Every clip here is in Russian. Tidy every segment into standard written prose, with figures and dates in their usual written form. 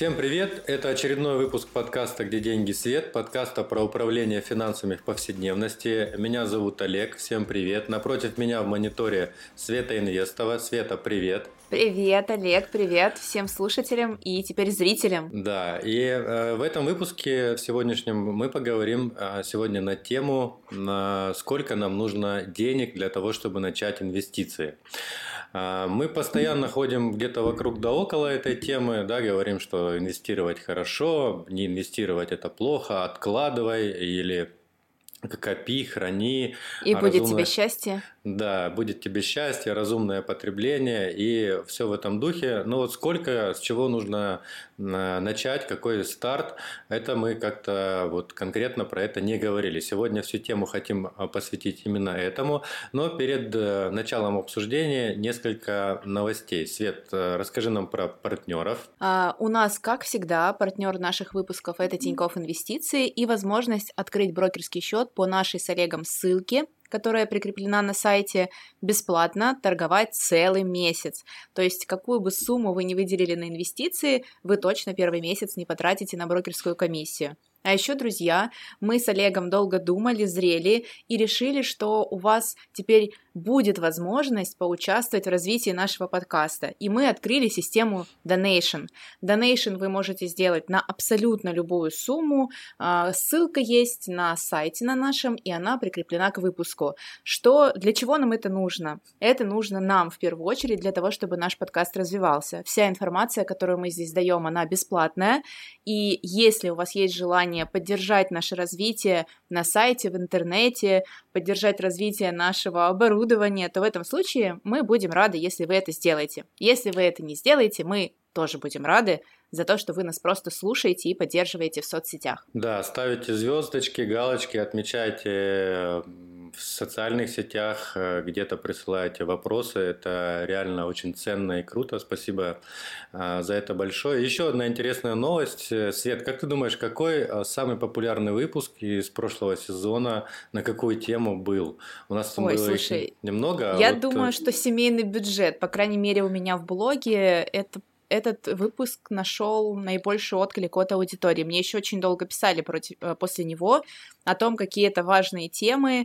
Всем привет! Это очередной выпуск подкаста «Где деньги, свет», подкаста про управление финансами в повседневности. Меня зовут Олег, всем привет! Напротив меня в мониторе Света Инвестова. Света, привет! Привет, Олег, привет всем слушателям и теперь зрителям. Да, и в этом выпуске в сегодняшнем мы поговорим сегодня на тему, сколько нам нужно денег для того, чтобы начать инвестиции. Мы постоянно ходим где-то вокруг да около этой темы, да, говорим, что инвестировать хорошо, не инвестировать это плохо, откладывай или копи, храни. И будет тебе счастье. Да, будет тебе счастье, разумное потребление и все в этом духе. Но вот сколько, с чего нужно начать, какой старт, это мы как-то вот конкретно про это не говорили. Сегодня всю тему хотим посвятить именно этому, но перед началом обсуждения несколько новостей. Свет, расскажи нам про партнеров. У нас, как всегда, партнер наших выпусков – это Тинькофф Инвестиции и возможность открыть брокерский счет по нашей с Олегом ссылке, которая прикреплена на сайте, бесплатно торговать целый месяц. То есть какую бы сумму вы ни выделили на инвестиции, вы точно первый месяц не потратите на брокерскую комиссию. А еще, друзья, мы с Олегом долго думали, зрели и решили, что у вас теперь будет возможность поучаствовать в развитии нашего подкаста. И мы открыли систему Donation. Donation вы можете сделать на абсолютно любую сумму. Ссылка есть на сайте на нашем, и она прикреплена к выпуску. Для чего нам это нужно? Это нужно нам в первую очередь для того, чтобы наш подкаст развивался. Вся информация, которую мы здесь даем, она бесплатная. И если у вас есть желание поддержать наше развитие на сайте, в интернете, поддержать развитие нашего оборудования, то в этом случае мы будем рады, если вы это сделаете. Если вы это не сделаете, мы тоже будем рады за то, что вы нас просто слушаете и поддерживаете в соцсетях. Да, ставите звездочки, галочки, отмечайте в социальных сетях, где-то присылаете вопросы. Это реально очень ценно и круто. Спасибо за это большое. Еще одна интересная новость. Свет, как ты думаешь, какой самый популярный выпуск из прошлого сезона, на какую тему был? У нас там было их немного. Я думаю, что семейный бюджет, по крайней мере, у меня в блоге этот выпуск нашел наибольший отклик от аудитории. Мне еще очень долго писали после него о том, какие это важные темы,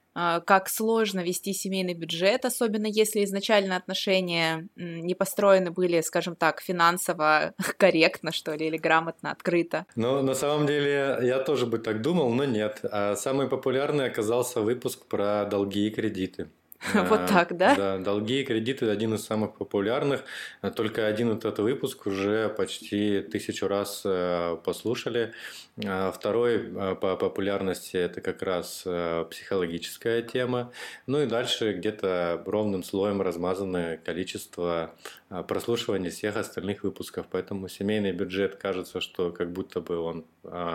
как сложно вести семейный бюджет, особенно если изначально отношения не построены были, скажем так, финансово корректно, что ли, или грамотно, открыто. Ну, на самом деле, я тоже бы так думал, но нет. Самый популярный оказался выпуск про долги и кредиты. Вот так, да? Да, долги и кредиты один из самых популярных. Только один этот выпуск уже почти 1000 раз послушали. Второй по популярности это как раз психологическая тема. Ну и дальше где-то ровным слоем размазанное количество прослушивания всех остальных выпусков. Поэтому семейный бюджет кажется, что как будто бы он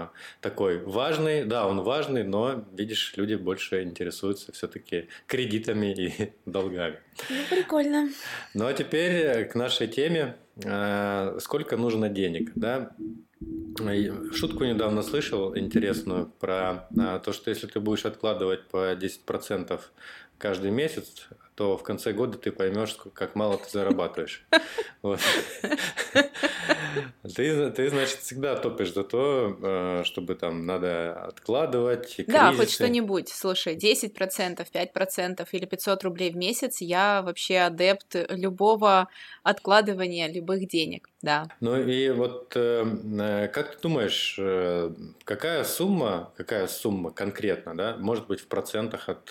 такой важный. Да, он важный, но, видишь, люди больше интересуются все-таки кредитами и долгами. Ну, прикольно. Ну, а теперь к нашей теме. Сколько нужно денег, да? Шутку недавно слышал интересную про то, что если ты будешь откладывать по 10% каждый месяц, то в конце года ты поймешь, как мало ты зарабатываешь. Вот. Ты, значит, всегда топишь за то, чтобы там надо откладывать. Да, хоть что-нибудь. Слушай, 10%, 5% или 500 рублей в месяц, я вообще адепт любого откладывания любых денег, да. Ну и вот как ты думаешь, какая сумма конкретно, да, может быть в процентах от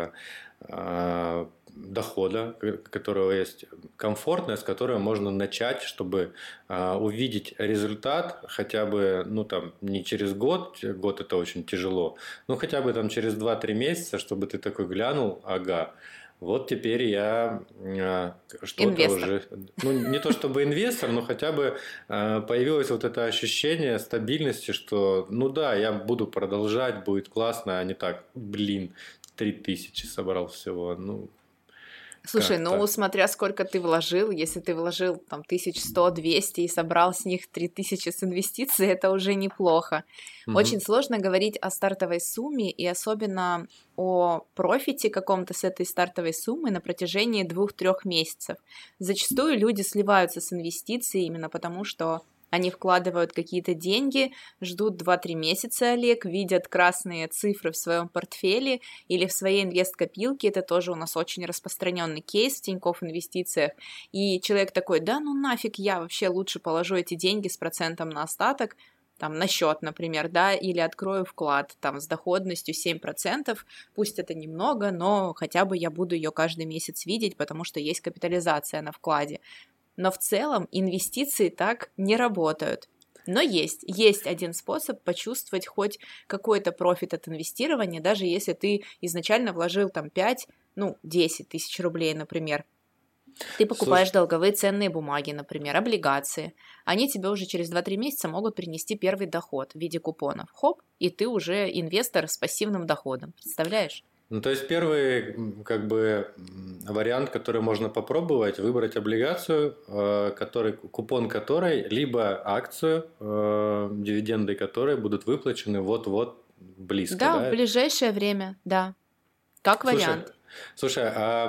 дохода, которого есть, комфортная, с которой можно начать, чтобы увидеть результат хотя бы, ну там, не через год это очень тяжело, но хотя бы там через 2-3 месяца, чтобы ты такой глянул, ага, вот теперь я что-то инвестор. Уже... Ну, не то чтобы инвестор, но хотя бы появилось вот это ощущение стабильности, что, ну да, я буду продолжать, будет классно, а не так, 3000 собрал всего, ну... Слушай, ну смотря сколько ты вложил, если ты вложил там 1100-200 и собрал с них 3000 с инвестиций, это уже неплохо. Очень сложно говорить о стартовой сумме и особенно о профите каком-то с этой стартовой суммы на протяжении 2-3 месяцев. Зачастую люди сливаются с инвестицией именно потому, что Они вкладывают какие-то деньги, ждут 2-3 месяца, Олег, видят красные цифры в своем портфеле или в своей инвест-копилке. Это тоже у нас очень распространенный кейс в Тинькофф Инвестициях. И человек такой: да ну нафиг, я вообще лучше положу эти деньги с процентом на остаток, там, на счет, например, да, или открою вклад, там, с доходностью 7%, пусть это немного, но хотя бы я буду ее каждый месяц видеть, потому что есть капитализация на вкладе. Но в целом инвестиции так не работают. Но есть один способ почувствовать хоть какой-то профит от инвестирования, даже если ты изначально вложил там 5, 10 тысяч рублей, например. Ты покупаешь долговые ценные бумаги, например, облигации. Они тебе уже через 2-3 месяца могут принести первый доход в виде купонов. Хоп, и ты уже инвестор с пассивным доходом. Представляешь? То есть первый вариант, который можно попробовать, выбрать облигацию, купон которой, либо акцию, дивиденды которой будут выплачены вот-вот близко. Да, в ближайшее время, да. Как вариант. Слушай,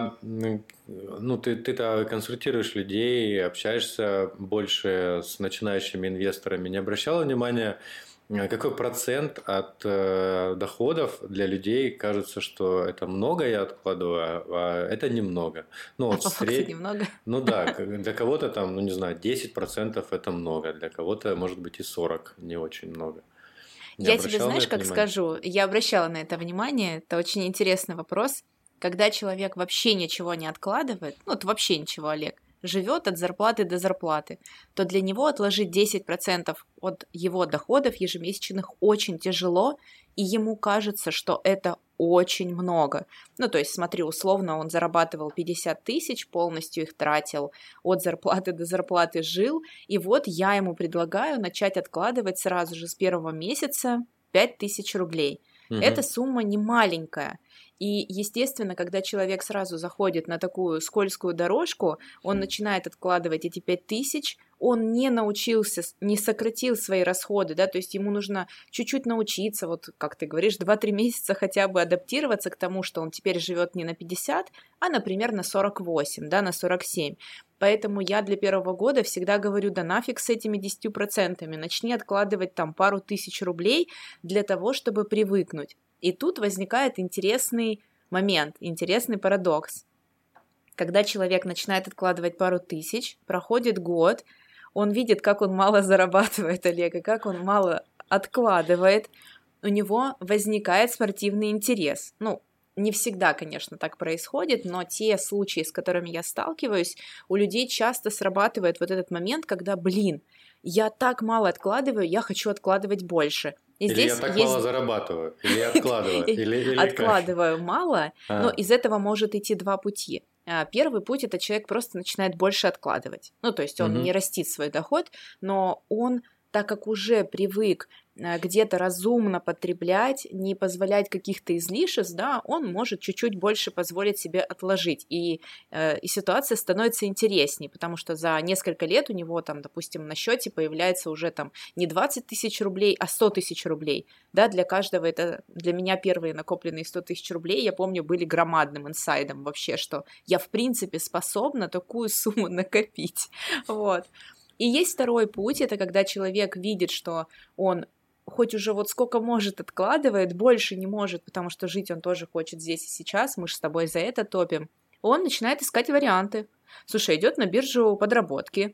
ты-то консультируешь людей, общаешься больше с начинающими инвесторами. Не обращала внимания, какой процент от доходов для людей кажется, что это много я откладываю, а это немного? По факту немного? Для кого-то там, 10% это много, для кого-то, может быть, и 40% не очень много. Я тебе, знаешь, как скажу, я обращала на это внимание, это очень интересный вопрос. Когда человек вообще ничего не откладывает, вообще ничего, Олег, живет от зарплаты до зарплаты, то для него отложить 10% от его доходов ежемесячных очень тяжело, и ему кажется, что это очень много. То есть, смотри, условно он зарабатывал 50 тысяч, полностью их тратил, от зарплаты до зарплаты жил, и вот я ему предлагаю начать откладывать сразу же с первого месяца 5000 рублей. Угу. Эта сумма не маленькая. И, естественно, когда человек сразу заходит на такую скользкую дорожку, он начинает откладывать эти 5000, он не научился, не сократил свои расходы, да, то есть ему нужно чуть-чуть научиться, вот как ты говоришь, 2-3 месяца хотя бы адаптироваться к тому, что он теперь живет не на 50, а, например, на 48, да, на 47. Поэтому я для первого года всегда говорю: да нафиг с этими 10%, начни откладывать там пару тысяч рублей для того, чтобы привыкнуть. И тут возникает интересный момент, интересный парадокс. Когда человек начинает откладывать пару тысяч, проходит год, он видит, как он мало зарабатывает, Олег, и как он мало откладывает, у него возникает спортивный интерес. Не всегда, конечно, так происходит, но те случаи, с которыми я сталкиваюсь, у людей часто срабатывает вот этот момент, когда, я так мало откладываю, я хочу откладывать больше. И или я так мало зарабатываю, или я откладываю, или откладываю мало, но из этого может идти два пути. Первый путь – это человек просто начинает больше откладывать. То есть он не растит свой доход, но он, так как уже привык где-то разумно потреблять, не позволять каких-то излишеств, да, он может чуть-чуть больше позволить себе отложить. И ситуация становится интересней, потому что за несколько лет у него там, допустим, на счете появляется уже там не 20 тысяч рублей, а 100 тысяч рублей. Да, для каждого это, для меня первые накопленные 100 тысяч рублей, я помню, были громадным инсайдом вообще, что я в принципе способна такую сумму накопить. Вот. И есть второй путь, это когда человек видит, что он хоть уже вот сколько может откладывает, больше не может, потому что жить он тоже хочет здесь и сейчас, мы же с тобой за это топим, он начинает искать варианты. Слушай, идет на биржу подработки,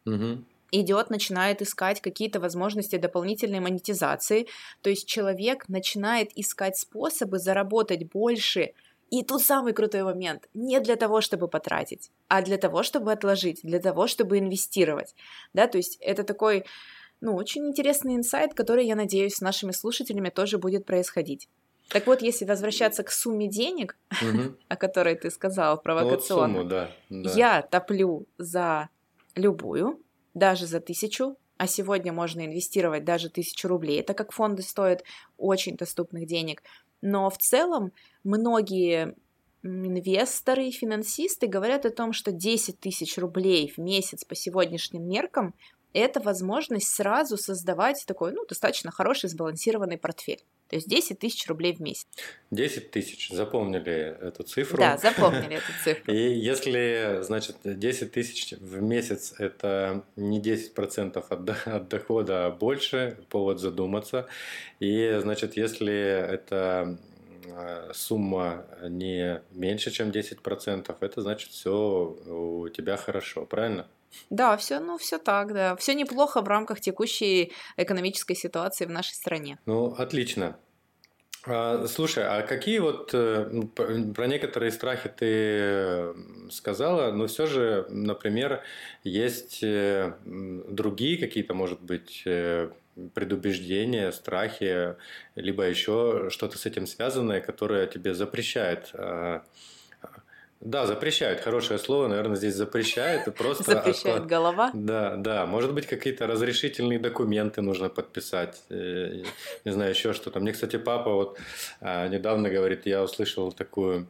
идет, начинает искать какие-то возможности дополнительной монетизации, то есть человек начинает искать способы заработать больше. И тут самый крутой момент. Не для того, чтобы потратить, а для того, чтобы отложить, для того, чтобы инвестировать. Да, то есть это такой, очень интересный инсайт, который, я надеюсь, с нашими слушателями тоже будет происходить. Так вот, если возвращаться к сумме денег, о которой ты сказал провокационно, да. Я топлю за любую, даже за 1000, а сегодня можно инвестировать даже 1000 рублей, так как фонды стоят очень доступных денег. Но в целом многие инвесторы и финансисты говорят о том, что 10 тысяч рублей в месяц по сегодняшним меркам – это возможность сразу создавать такой, ну, достаточно хороший сбалансированный портфель. То есть 10 тысяч рублей в месяц. 10 тысяч, запомнили эту цифру. Да, запомнили эту цифру. И если, значит, 10 тысяч в месяц – это не 10% от дохода, а больше, повод задуматься. И, значит, если это сумма не меньше, чем 10%, это значит, все у тебя хорошо, правильно? Да, все так, да. Все неплохо в рамках текущей экономической ситуации в нашей стране. Ну, отлично. Слушай, а какие вот про некоторые страхи ты сказала, но все же, например, есть другие какие-то, может быть, предубеждения, страхи, либо еще что-то с этим связанное, которое тебе запрещает. Да, запрещает. Хорошее слово, наверное, здесь запрещает. Просто Запрещает голова. Да. Может быть, какие-то разрешительные документы нужно подписать. Не знаю, еще что-то. Мне, кстати, папа вот недавно говорит, я услышал такую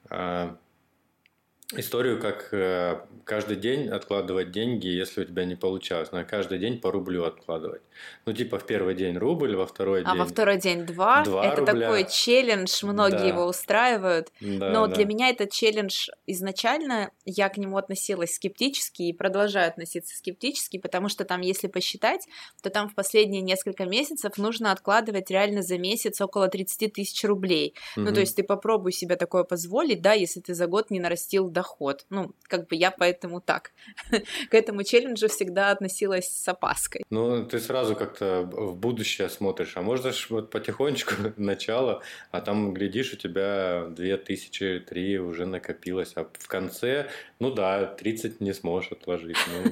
историю, как каждый день откладывать деньги, если у тебя не получалось. На каждый день по рублю откладывать. Ну, типа в первый день рубль, во второй день... А во второй день 2. 2 Это рубля. такой челлендж, многие его устраивают. Но для меня этот челлендж изначально, я к нему относилась скептически и продолжаю относиться скептически, потому что там, если посчитать, то там в последние несколько месяцев нужно откладывать реально за месяц около 30 тысяч рублей. Ну, то есть ты попробуй себе такое позволить, да, если ты за год не нарастил доход. Ну, как бы я поэтому так к этому челленджу всегда относилась с опаской. Ну, ты сразу как-то в будущее смотришь, а можно ж вот потихонечку начало, а там, глядишь, у тебя 2000, 3 уже накопилось, а в конце, ну да, 30 не сможешь отложить, ну...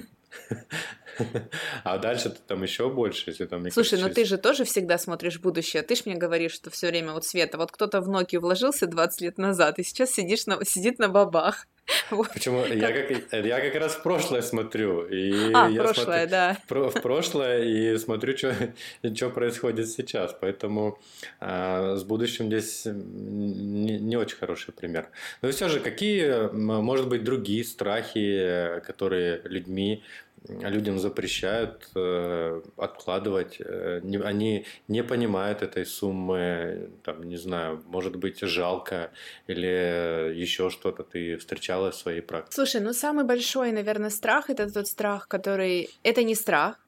А дальше ты там еще больше, если там... Слушай, ну ты же тоже всегда смотришь в будущее. Ты ж мне говоришь, что все время вот Света, вот кто-то в Nokia вложился 20 лет назад и сейчас сидит на бабах. Вот. Почему? Я как раз в прошлое смотрю. И прошлое, да. В прошлое и смотрю, что происходит сейчас. Поэтому с будущим здесь не очень хороший пример. Но все же, какие, может быть, другие страхи, которые людям запрещают откладывать, они не понимают этой суммы, там, не знаю, может быть, жалко или еще что-то ты встречала в своей практике? Слушай, ну самый большой, наверное, страх — это тот страх, который... Это не страх,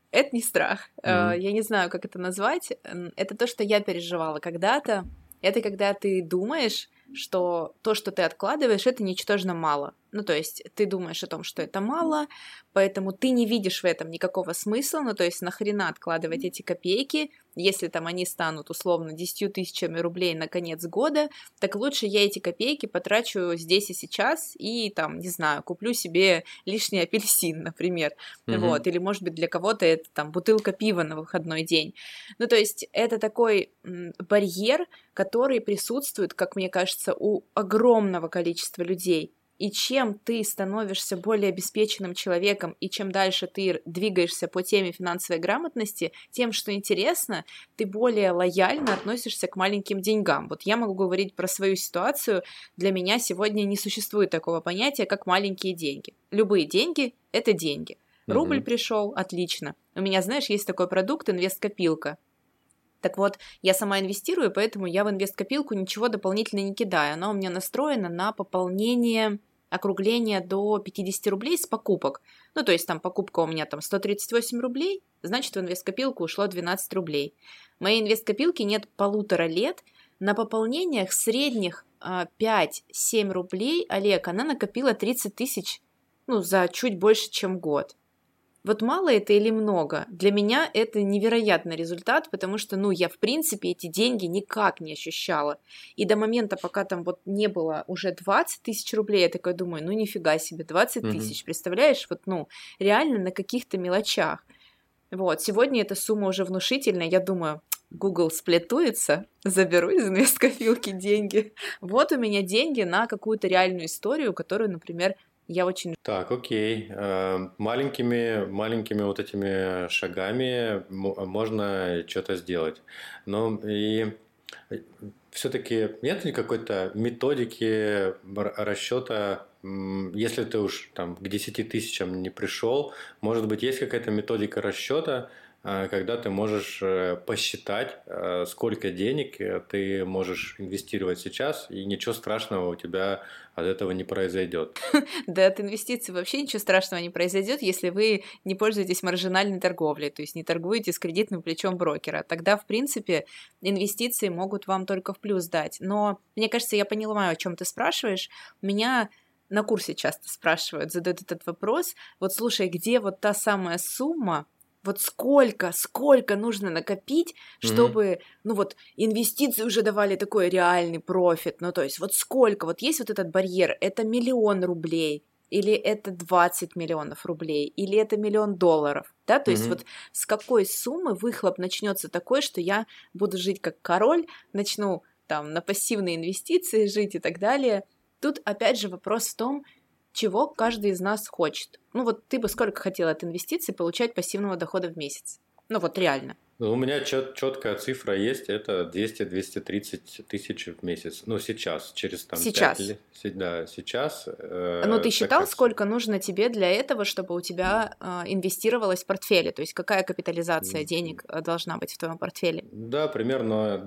я не знаю, как это назвать, это то, что я переживала когда-то, это когда ты думаешь, что то, что ты откладываешь, это ничтожно мало. Ну, то есть ты думаешь о том, что это мало, поэтому ты не видишь в этом никакого смысла, ну, то есть нахрена откладывать эти копейки, если там они станут условно 10 тысячами рублей на конец года, так лучше я эти копейки потрачу здесь и сейчас и там, не знаю, куплю себе лишний апельсин, например, вот, или, может быть, для кого-то это там бутылка пива на выходной день. Ну, то есть это такой барьер, который присутствует, как мне кажется, у огромного количества людей. И чем ты становишься более обеспеченным человеком, и чем дальше ты двигаешься по теме финансовой грамотности, тем, что интересно, ты более лояльно относишься к маленьким деньгам. Вот я могу говорить про свою ситуацию. Для меня сегодня не существует такого понятия, как маленькие деньги. Любые деньги – это деньги. Рубль пришел, отлично. У меня, знаешь, есть такой продукт – инвесткопилка. Так вот, я сама инвестирую, поэтому я в инвесткопилку ничего дополнительно не кидаю. Она у меня настроена на пополнение, округление до 50 рублей с покупок. Ну, то есть там покупка у меня там 138 рублей, значит, в инвесткопилку ушло 12 рублей. Моей инвесткопилке нет 1,5 лет. На пополнениях средних 5-7 рублей, Олег, она накопила 30 тысяч, ну, за чуть больше, чем год. Вот мало это или много? Для меня это невероятный результат, потому что, ну, я, в принципе, эти деньги никак не ощущала. И до момента, пока там вот не было уже 20 тысяч рублей, я такая думаю, ну, нифига себе, 20 тысяч, представляешь? Вот, ну, реально на каких-то мелочах. Вот, сегодня эта сумма уже внушительная, я думаю, Google сплетуется, заберу из инвесткопилки деньги. Вот у меня деньги на какую-то реальную историю, которую, например, я очень... Так, окей. Маленькими вот этими шагами можно что-то сделать. Но и все-таки нет ли какой-то методики расчета если ты уж там к 10 тысячам не пришел, может быть, есть какая-то методика расчета, когда ты можешь посчитать, сколько денег ты можешь инвестировать сейчас, и ничего страшного у тебя от этого не произойдет. Да от инвестиций вообще ничего страшного не произойдет, если вы не пользуетесь маржинальной торговлей, то есть не торгуете с кредитным плечом брокера. Тогда, в принципе, инвестиции могут вам только в плюс дать. Но, мне кажется, я понимаю, о чем ты спрашиваешь. Меня на курсе часто спрашивают, задают этот вопрос. Вот слушай, где вот та самая сумма, вот сколько нужно накопить, чтобы, ну вот, инвестиции уже давали такой реальный профит, ну то есть вот сколько, вот есть вот этот барьер, это 1 000 000 рублей, или это 20 миллионов рублей, или это $1 000 000, да, то есть вот с какой суммы выхлоп начнется такой, что я буду жить как король, начну там на пассивные инвестиции жить и так далее. Тут опять же вопрос в том, чего каждый из нас хочет. Ну вот ты бы сколько хотел от инвестиций получать пассивного дохода в месяц? Ну вот реально. Ну, у меня четкая цифра есть, это 200-230 тысяч в месяц. Ну, сейчас, через там 5 лет. Да, сейчас. Но ты считал, сколько нужно тебе для этого, чтобы у тебя инвестировалось в портфеле? То есть какая капитализация денег должна быть в твоем портфеле? Да, примерно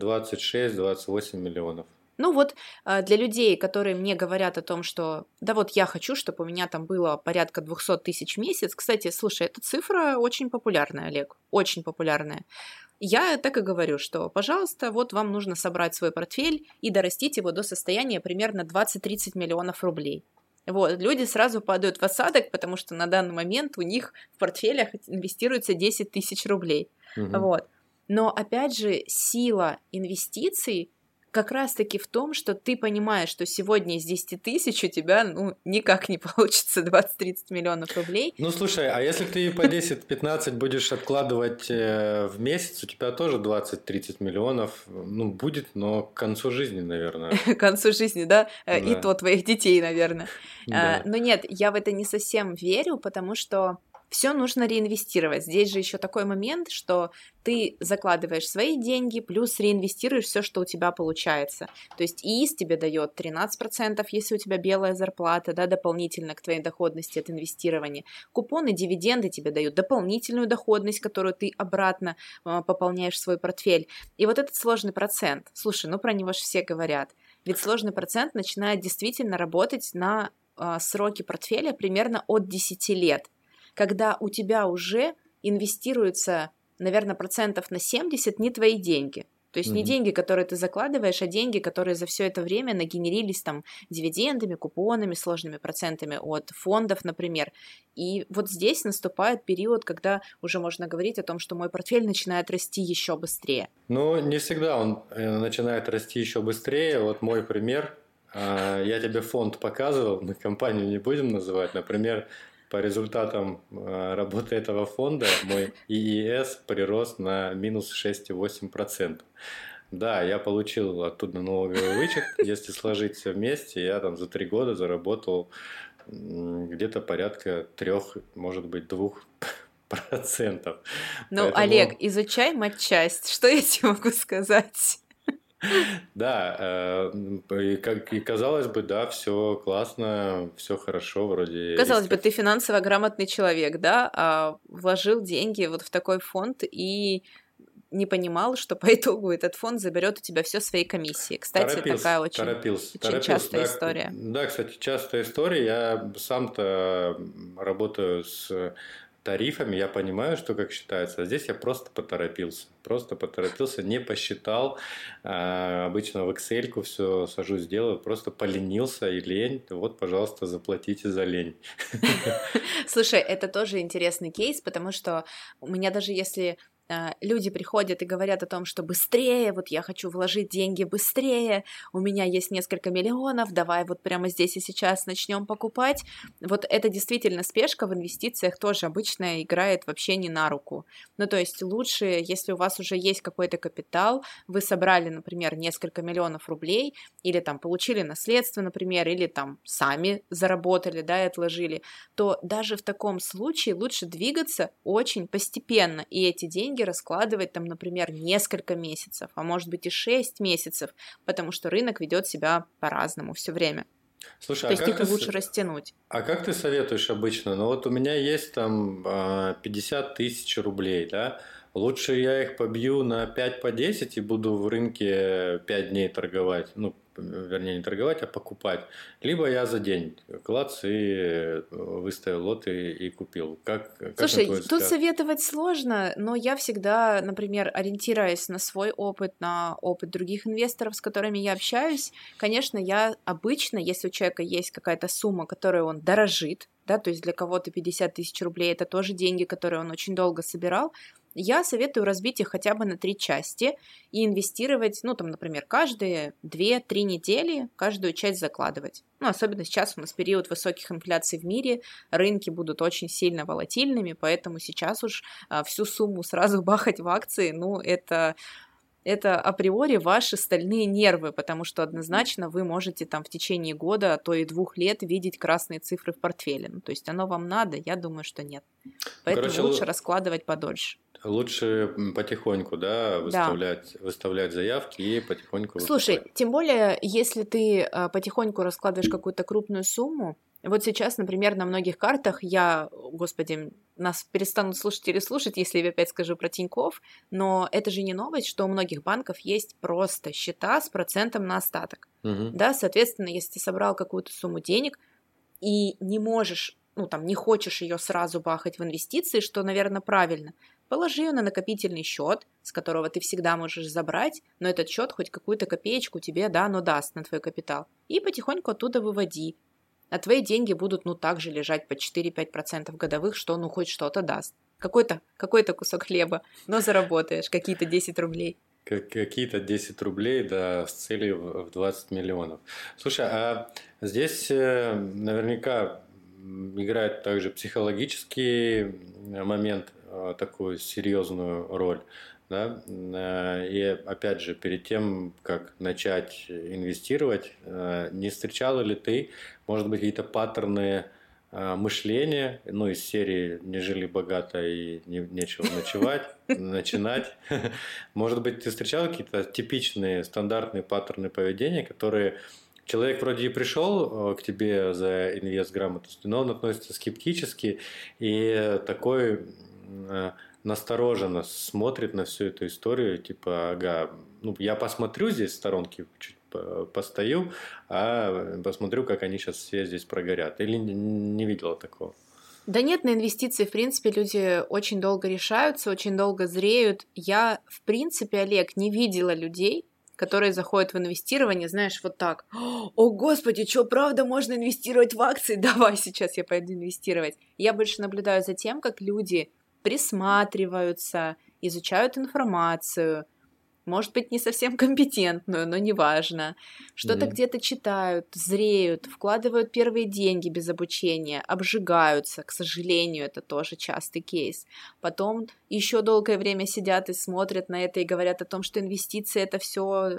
26-28 миллионов. Ну вот для людей, которые мне говорят о том, что да вот я хочу, чтобы у меня там было порядка 200 тысяч в месяц. Кстати, слушай, эта цифра очень популярная, Олег, очень популярная. Я так и говорю, что, пожалуйста, вот вам нужно собрать свой портфель и дорастить его до состояния примерно 20-30 миллионов рублей. Вот, люди сразу падают в осадок, потому что на данный момент у них в портфелях инвестируется 10 тысяч рублей. Вот. Но опять же, сила инвестиций как раз-таки в том, что ты понимаешь, что сегодня из 10 тысяч у тебя, ну, никак не получится 20-30 миллионов рублей. Ну, слушай, а если ты по 10-15 будешь откладывать в месяц, у тебя тоже 20-30 миллионов, ну, будет, но к концу жизни, наверное. К концу жизни, да? И то твоих детей, наверное. Да. Но нет, я в это не совсем верю, потому что все нужно реинвестировать. Здесь же еще такой момент, что ты закладываешь свои деньги, плюс реинвестируешь все, что у тебя получается. То есть ИИС тебе дает 13%, если у тебя белая зарплата, да, дополнительно к твоей доходности от инвестирования. Купоны, дивиденды тебе дают дополнительную доходность, которую ты обратно пополняешь в свой портфель. И вот этот сложный процент, слушай, ну про него же все говорят. Ведь сложный процент начинает действительно работать на сроки портфеля примерно от 10 лет. Когда у тебя уже инвестируется, наверное, процентов на 70 не твои деньги. То есть не деньги, которые ты закладываешь, а деньги, которые за все это время нагенерились там дивидендами, купонами, сложными процентами от фондов, например. И вот здесь наступает период, когда уже можно говорить о том, что мой портфель начинает расти еще быстрее. Ну, не всегда он начинает расти еще быстрее. Вот мой пример. Я тебе фонд показывал, мы компанию не будем называть. Например, по результатам работы этого фонда мой ИИС прирос на минус 6,8%. Да, я получил оттуда налоговый вычет. Если сложить все вместе, я там за 3 года заработал где-то порядка 3, может быть, 2%. Ну, Поэтому... Олег, изучай матчасть. Что я тебе могу сказать? Да, и казалось бы, да, все классно, все хорошо, вроде. Казалось бы, ты финансово грамотный человек, да, а вложил деньги вот в такой фонд и не понимал, что по итогу этот фонд заберет у тебя все свои комиссии. Кстати, такая очень частая история. Да, кстати, частая история. Я сам-то работаю с тарифами, я понимаю, что как считается, а здесь я просто поторопился, не посчитал, обычно в Excel-ку все сажусь, делаю, просто поленился и лень, вот, пожалуйста, заплатите за лень. Слушай, это тоже интересный кейс, потому что у меня даже если люди приходят и говорят о том, что быстрее, вот я хочу вложить деньги быстрее, у меня есть несколько миллионов, давай вот прямо здесь и сейчас начнем покупать. Вот это действительно спешка в инвестициях тоже обычно играет вообще не на руку. Ну, то есть лучше, если у вас уже есть какой-то капитал, вы собрали, например, несколько миллионов рублей, или там получили наследство, например, или там сами заработали, да, и отложили, то даже в таком случае лучше двигаться очень постепенно, и эти деньги раскладывать там, например, несколько месяцев, а может быть и 6 месяцев, потому что рынок ведет себя по-разному все время. Слушай, То есть их и лучше растянуть. а как ты советуешь обычно? Ну вот у меня есть там 50 тысяч рублей, да? Лучше я их побью на 5 по 10 и буду в рынке 5 дней торговать. Ну, вернее, не торговать, а покупать. Либо я за день клац и выставил лот и купил. Как на твой Слушай, тут взгляд? советовать сложно, но я всегда, например, ориентируясь на свой опыт, на опыт других инвесторов, с которыми я общаюсь, конечно, я обычно, если у человека есть какая-то сумма, которой он дорожит, да, то есть для кого-то 50 тысяч рублей это тоже деньги, которые он очень долго собирал, я советую разбить их хотя бы на 3 части и инвестировать, ну, там, например, каждые 2-3 недели каждую часть закладывать. Ну, особенно сейчас у нас период высоких инфляций в мире, рынки будут очень сильно волатильными, поэтому сейчас уж всю сумму сразу бахать в акции, ну, это априори ваши стальные нервы, потому что однозначно вы можете там в течение года, а то и 2 лет видеть красные цифры в портфеле. Ну, то есть оно вам надо? Я думаю, что нет. Ну, Поэтому короче, лучше раскладывать подольше. лучше потихоньку, да, Да. выставлять заявки и потихоньку выкупать. Слушай, тем более, если ты потихоньку раскладываешь какую-то крупную сумму, вот сейчас, например, на многих картах господи, нас перестанут слушатели слушать, если я опять скажу про Тинькофф, но это же не новость, что у многих банков есть просто счета с процентом на остаток. Мгм. Да, соответственно, если ты собрал какую-то сумму денег и не можешь, ну там, не хочешь ее сразу бахать в инвестиции, что, наверное, правильно, положи ее на накопительный счет, с которого ты всегда можешь забрать, но этот счет хоть какую-то копеечку тебе, да, но даст на твой капитал. И потихоньку оттуда выводи. А твои деньги будут, ну, также лежать по 4-5% годовых, что, ну, хоть что-то даст. Какой-то кусок хлеба, но заработаешь какие-то 10 рублей. Какие-то 10 рублей, да, с целью в 20 миллионов. Слушай, а здесь наверняка играет также психологический момент, такую серьезную роль. Да? И опять же, перед тем, как начать инвестировать, не встречала ли ты, может быть, какие-то паттерны мышления, ну, из серии «Не жили богато и нечего начинать». Может быть, ты встречал какие-то типичные стандартные паттерны поведения, которые человек вроде и пришел к тебе за инвестграмотностью, но он относится скептически и такой настороженно смотрит на всю эту историю, типа, ага, ну, я посмотрю здесь в сторонке, чуть постою, а посмотрю, как они сейчас все здесь прогорят. Или не видела такого? Да нет, на инвестиции, в принципе, люди очень долго решаются, очень долго зреют. Я, в принципе, Олег, не видела людей, которые заходят в инвестирование, знаешь, вот так. О, господи, что, правда можно инвестировать в акции? Давай сейчас я пойду инвестировать. Я больше наблюдаю за тем, как люди присматриваются, изучают информацию, может быть, не совсем компетентную, но неважно. Что-то Мгм. где-то читают, зреют, вкладывают первые деньги без обучения, обжигаются, к сожалению, это тоже частый кейс. Потом еще долгое время сидят и смотрят на это и говорят о том, что инвестиции это все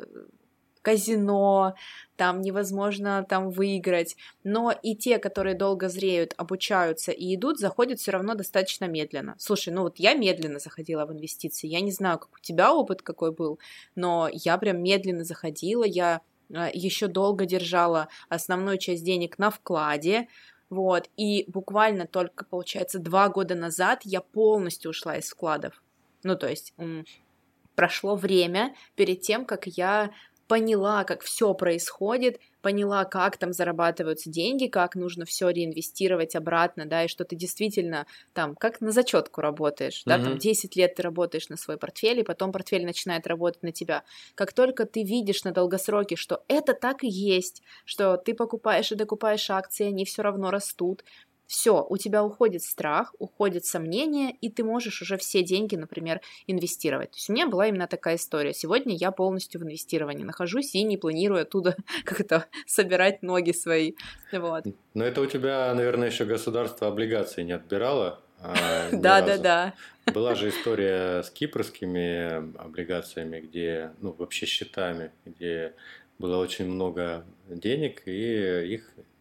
казино, там невозможно там выиграть. Но и те, которые долго зреют, обучаются и идут, заходят все равно достаточно медленно. Слушай, ну вот я медленно заходила в инвестиции. Я не знаю, как у тебя опыт какой был, но я прям медленно заходила, я еще долго держала основную часть денег на вкладе, вот, и буквально только, получается, 2 года назад я полностью ушла из вкладов. Ну, то есть прошло время перед тем, как я поняла, как все происходит, поняла, как там зарабатываются деньги, как нужно все реинвестировать обратно, да, и что ты действительно там, как на зачетку работаешь, да, там Мгм. 10 лет ты работаешь на свой портфель, и потом портфель начинает работать на тебя. Как только ты видишь на долгосроке, что это так и есть, что ты покупаешь и докупаешь акции, они все равно растут, все, у тебя уходит страх, уходит сомнение, и ты можешь уже все деньги, например, инвестировать. То есть у меня была именно такая история. Сегодня я полностью в инвестировании нахожусь и не планирую оттуда как-то собирать ноги свои. Вот. Но это у тебя, наверное, еще государство облигаций не отбирало ни разу. Да-да-да. Была же история с кипрскими облигациями, где, ну, вообще счетами, где было очень много денег, и их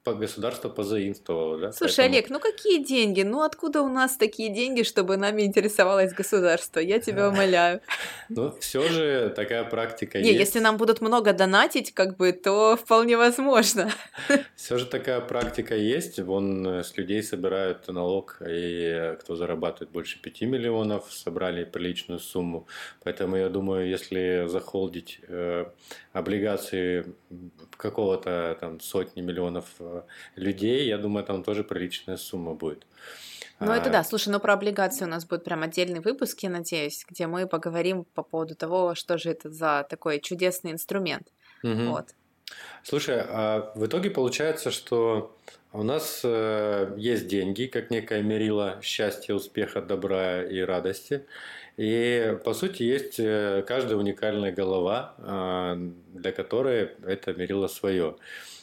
государство позаимствовало, да, Слушай, поэтому... Олег, ну какие деньги? Ну откуда у нас такие деньги, чтобы нами интересовалось государство? Я тебя умоляю. Ну, все же такая практика Не, если есть. нам будут много донатить, как бы, то вполне возможно. Все же такая практика есть. Вон с людей собирают налог, и кто зарабатывает больше 5 миллионов, собрали приличную сумму. Поэтому я думаю, если захолдить облигации какого-то там сотни миллионов людей, я думаю, там тоже приличная сумма будет. Ну, это да. Слушай, ну про облигации у нас будет прям отдельный выпуск, я надеюсь, где мы поговорим по поводу того, что же это за такой чудесный инструмент. Мгм. Вот. Слушай, а в итоге получается, что у нас есть деньги, как некое мерило счастья, успеха, добра и радости. И, по сути, есть каждая уникальная голова, для которой это мерило свое.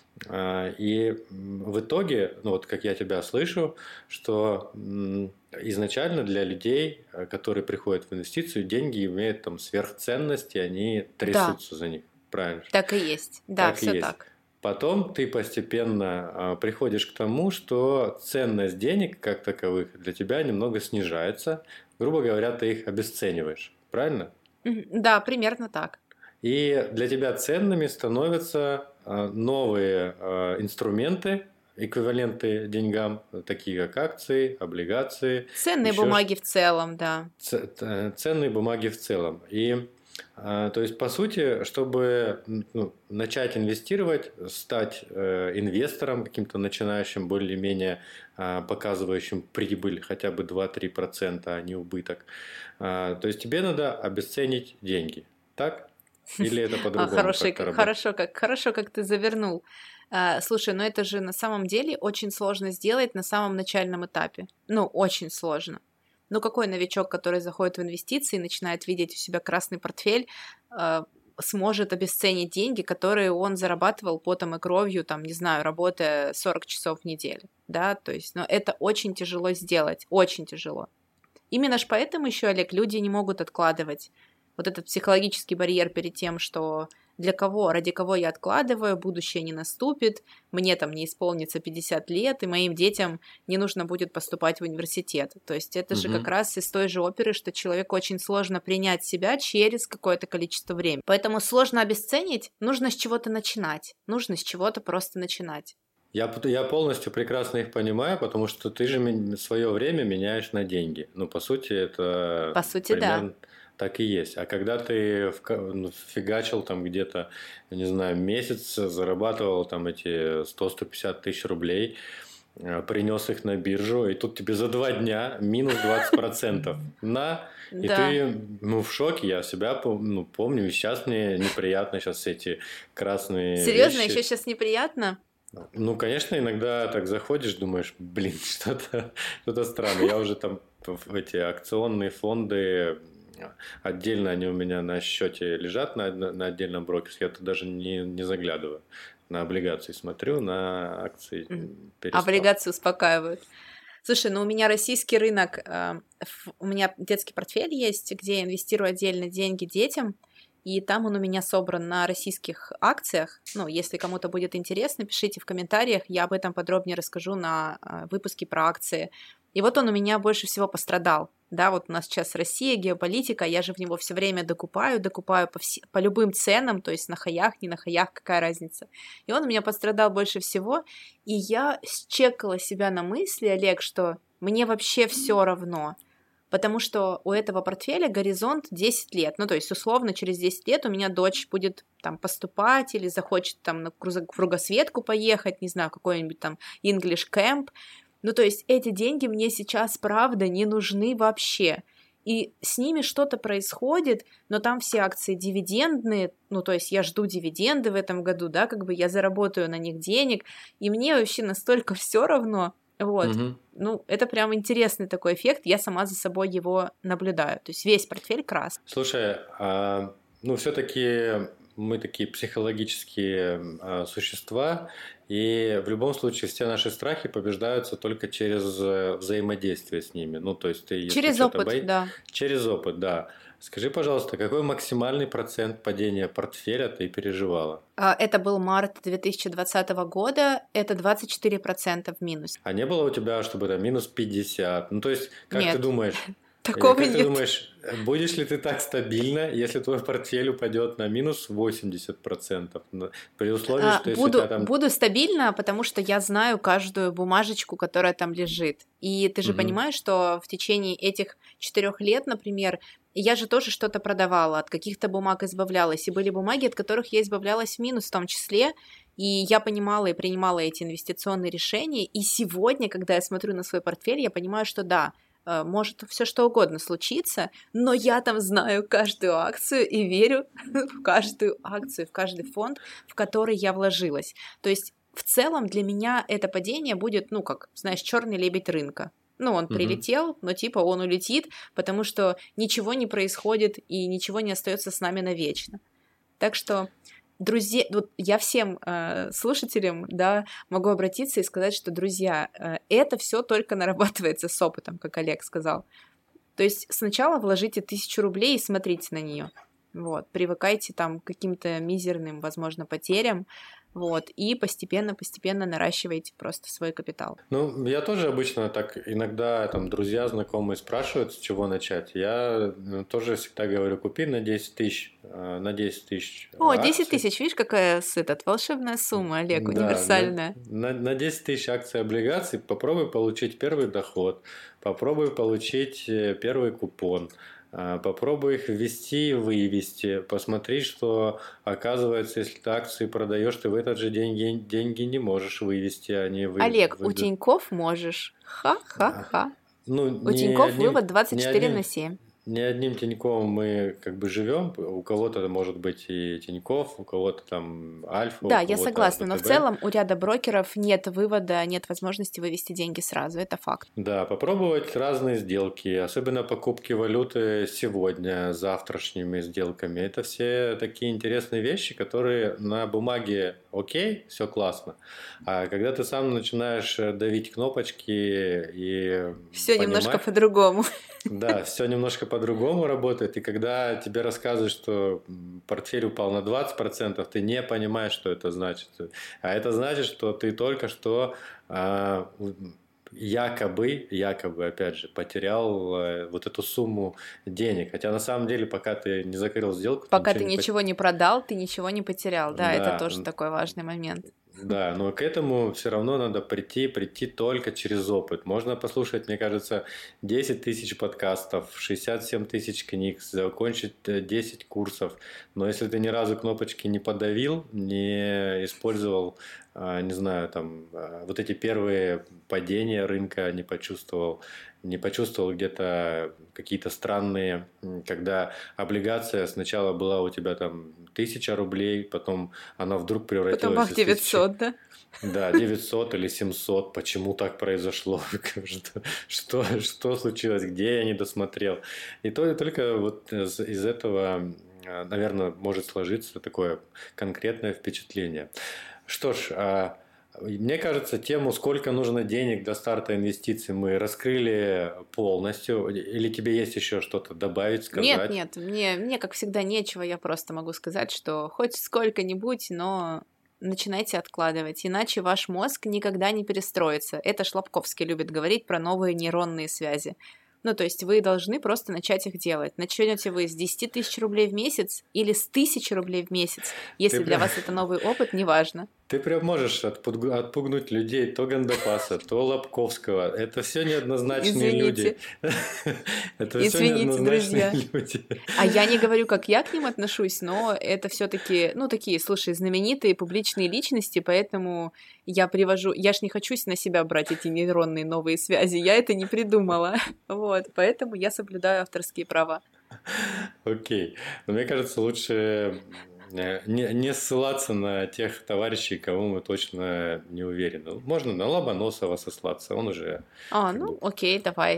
И в итоге, ну вот как я тебя слышу, что изначально для людей, которые приходят в инвестицию, деньги имеют там сверхценность, и они Да, трясутся за них. Правильно? так и есть. Да, Так и все есть. так. Потом ты постепенно приходишь к тому, что ценность денег как таковых для тебя немного снижается. Грубо говоря, ты их обесцениваешь. Правильно? Да, примерно так. И для тебя ценными становятся новые инструменты, эквиваленты деньгам, такие как акции, облигации, Ценные еще бумаги в целом, да. ценные бумаги в целом. И то есть, по сути, чтобы начать инвестировать, стать инвестором каким-то начинающим, более-менее показывающим прибыль хотя бы 2-3%, а не убыток, то есть тебе надо обесценить деньги. Так? Или это по-другому как-то работает? Хорошо, как ты завернул. Слушай, ну это же на самом деле очень сложно сделать на самом начальном этапе. Ну, очень сложно. Ну, какой новичок, который заходит в инвестиции и начинает видеть у себя красный портфель, сможет обесценить деньги, которые он зарабатывал потом и кровью, там, не знаю, работая 40 часов в неделю, да, то есть, но это очень тяжело сделать, очень тяжело. Именно ж поэтому еще, Олег, люди не могут откладывать. Вот этот психологический барьер перед тем, что для кого, ради кого я откладываю, будущее не наступит, мне там не исполнится 50 лет, и моим детям не нужно будет поступать в университет. То есть это же как Мгм. раз из той же оперы, что человеку очень сложно принять себя через какое-то количество времени. Поэтому сложно обесценить, нужно с чего-то начинать, нужно с чего-то просто начинать. Я полностью прекрасно их понимаю, потому что ты же свое время меняешь на деньги. Ну, по сути, это По сути, да. примерно так и есть. А когда ты фигачил там где-то, я не знаю, месяц, зарабатывал там эти 100-150 тысяч рублей, принес их на биржу, и тут тебе за 2 дня минус 20%. И Да. ты в шоке, я себя помню, и сейчас мне неприятно сейчас эти красные Серьезно, еще вещи. сейчас неприятно? Ну, конечно, иногда так заходишь, думаешь, блин, что-то странное. Я уже там в эти акционные фонды отдельно они у меня на счете лежат на отдельном брокерстве. Я туда даже не заглядываю. На облигации смотрю, на акции перестал. Облигации успокаивают. Слушай, ну у меня российский рынок, у меня детский портфель есть, где я инвестирую отдельно деньги детям, и там он у меня собран на российских акциях. Ну, если кому-то будет интересно, пишите в комментариях, я об этом подробнее расскажу на выпуске про акции. И вот он у меня больше всего пострадал. Да, вот у нас сейчас Россия, геополитика, я же в него все время докупаю по любым ценам, то есть на хаях, не на хаях, какая разница. И он у меня пострадал больше всего, и я счекала себя на мысли, Олег, что мне вообще все равно. Потому что у этого портфеля горизонт 10 лет. Ну, то есть, условно, через 10 лет у меня дочь будет там поступать или захочет там на кругосветку поехать, не знаю, какой-нибудь там English Camp. Ну, то есть, эти деньги мне сейчас, правда, не нужны вообще. И с ними что-то происходит, но там все акции дивидендные, ну, то есть я жду дивиденды в этом году, да, как бы я заработаю на них денег, и мне вообще настолько все равно, вот. Мгм. Ну, это прям интересный такой эффект, я сама за собой его наблюдаю. То есть весь портфель красный. Слушай, ну все-таки мы такие психологические существа, и в любом случае все наши страхи побеждаются только через взаимодействие с ними. Ну, то есть ты, если Через что-то опыт, боишься, да. через опыт, да. Скажи, пожалуйста, какой максимальный процент падения портфеля ты переживала? Это был март 2020 года, это 24% в минус. А не было у тебя, чтобы это минус 50? Ну, то есть, как ты Нет, думаешь, такого как ты нет. думаешь, будешь ли ты так стабильно, если твой портфель упадет на минус 80%? При условии, что если у тебя там... Буду стабильно, потому что я знаю каждую бумажечку, которая там лежит. И ты же Мгм. понимаешь, что в течение этих 4 лет, например, я же тоже что-то продавала, от каких-то бумаг избавлялась. И были бумаги, от которых я избавлялась в минус в том числе. И я понимала и принимала эти инвестиционные решения. И сегодня, когда я смотрю на свой портфель, я понимаю, что да, может все что угодно случиться, но я там знаю каждую акцию и верю в каждую акцию, в каждый фонд, в который я вложилась. То есть в целом для меня это падение будет, ну как, знаешь, черный лебедь рынка. Ну, он Мгм. прилетел, но типа он улетит, потому что ничего не происходит и ничего не остается с нами навечно. Так что, друзья, вот я всем слушателям, да, могу обратиться и сказать, что, друзья, это все только нарабатывается с опытом, как Олег сказал. То есть сначала вложите 1000 рублей и смотрите на нее. Вот, привыкайте там к каким-то мизерным, возможно, потерям, вот, и постепенно наращивайте просто свой капитал. Ну, я тоже обычно так, иногда там друзья, знакомые спрашивают, с чего начать. Я тоже всегда говорю, купи на 10 тысяч, на 10 тысяч О, 10 акций. тысяч, видишь, какая волшебная сумма, Олег, Да, универсальная. на 10 тысяч акций облигаций попробуй получить первый доход, попробуй получить первый купон, попробуй их ввести и вывести, посмотри, что оказывается, если ты акции продаешь, ты в этот же деньги не можешь вывести, они Олег, у выйдут. Тинькофф можешь. Ха-ха-ха. Ну, У Тинькофф вывод не 24 одним, на 7. не одним Тиньковым мы как бы живем. У кого-то может быть и Тинькофф, у кого-то там Альфа, у Да, я кого-то согласна, но в ВТБ. целом у ряда брокеров нет вывода, нет возможности вывести деньги сразу, это факт. Да, попробовать разные сделки, особенно покупки валюты сегодня, завтрашними сделками. Это все такие интересные вещи, которые на бумаге окей, все классно. А когда ты сам начинаешь давить кнопочки и Все немножко понимать, по-другому. да, все немножко по-другому работает, и когда тебе рассказывают, что портфель упал на 20%, ты не понимаешь, что это значит. А это значит, что ты только что якобы, опять же, потерял вот эту сумму денег. Хотя на самом деле, пока ты не закрыл сделку, ты Пока ничего ты не потерял. ничего не продал, ты ничего не потерял. Да, это Да, тоже такой важный момент. да, но к этому все равно надо прийти только через опыт. Можно послушать, мне кажется, 10 тысяч подкастов, 67 тысяч книг, закончить 10 курсов. Но если ты ни разу кнопочки не подавил, не использовал, не знаю, там, вот эти первые падения рынка не почувствовал где-то какие-то странные, когда облигация сначала была у тебя там 1000 рублей, потом она вдруг Потом превратилась бах, из 1000, 900, да? да, 900 или 700. Почему так произошло? Что случилось? Где я не досмотрел? И только вот из этого, наверное, может сложиться такое конкретное впечатление. Что ж, мне кажется, тему, сколько нужно денег до старта инвестиций, мы раскрыли полностью. Или тебе есть еще что-то добавить, Нет, сказать? нет, мне, как всегда, нечего. Я просто могу сказать, что хоть сколько-нибудь, но начинайте откладывать, иначе ваш мозг никогда не перестроится. Это Шлапковский любит говорить про новые нейронные связи. Ну, то есть вы должны просто начать их делать. Начнете вы с 10 тысяч рублей в месяц или с 1000 рублей в месяц. Ты Если для прям, вас это новый опыт, неважно. ты прям можешь отпугнуть людей, то Гандапаса, то Лобковского. Это все неоднозначные люди. Извините, Это все извините, неоднозначные друзья. люди. А я не говорю, как я к ним отношусь, но это все-таки, ну, такие, слушай, знаменитые публичные личности, поэтому я привожу, я ж не хочу на себя брать эти нейронные новые связи, я это не придумала, вот, поэтому я соблюдаю авторские права. Окей. Но мне кажется, лучше не ссылаться на тех товарищей, кого мы точно не уверены. Можно на Лобоносова сослаться, он уже как Ну, бы окей, давай.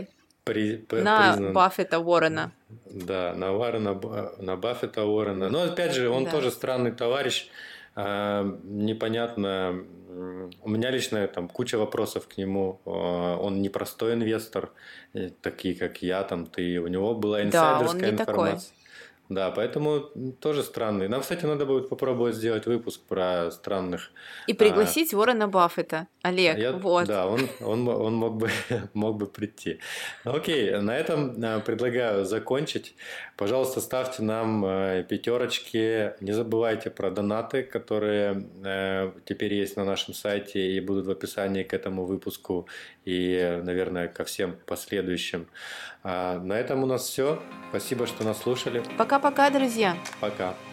На признан. Баффета Уоррена. Да, на Баффета Уоррена. Но опять же, он тоже странный товарищ. Непонятно. У меня лично там куча вопросов к нему. Он не простой инвестор, такие как я, там ты. У него была Да, он инсайдерская не такой. информация. Да, поэтому тоже странный. Нам, кстати, надо будет попробовать сделать выпуск про странных. И пригласить Уоррена Баффета. Олег, вот. Да, он мог бы прийти. Окей, на этом предлагаю закончить. Пожалуйста, ставьте нам 5. Не забывайте про донаты, которые теперь есть на нашем сайте и будут в описании к этому выпуску и, наверное, ко всем последующим. На этом у нас все. Спасибо, что нас слушали. Пока-пока, друзья. Пока.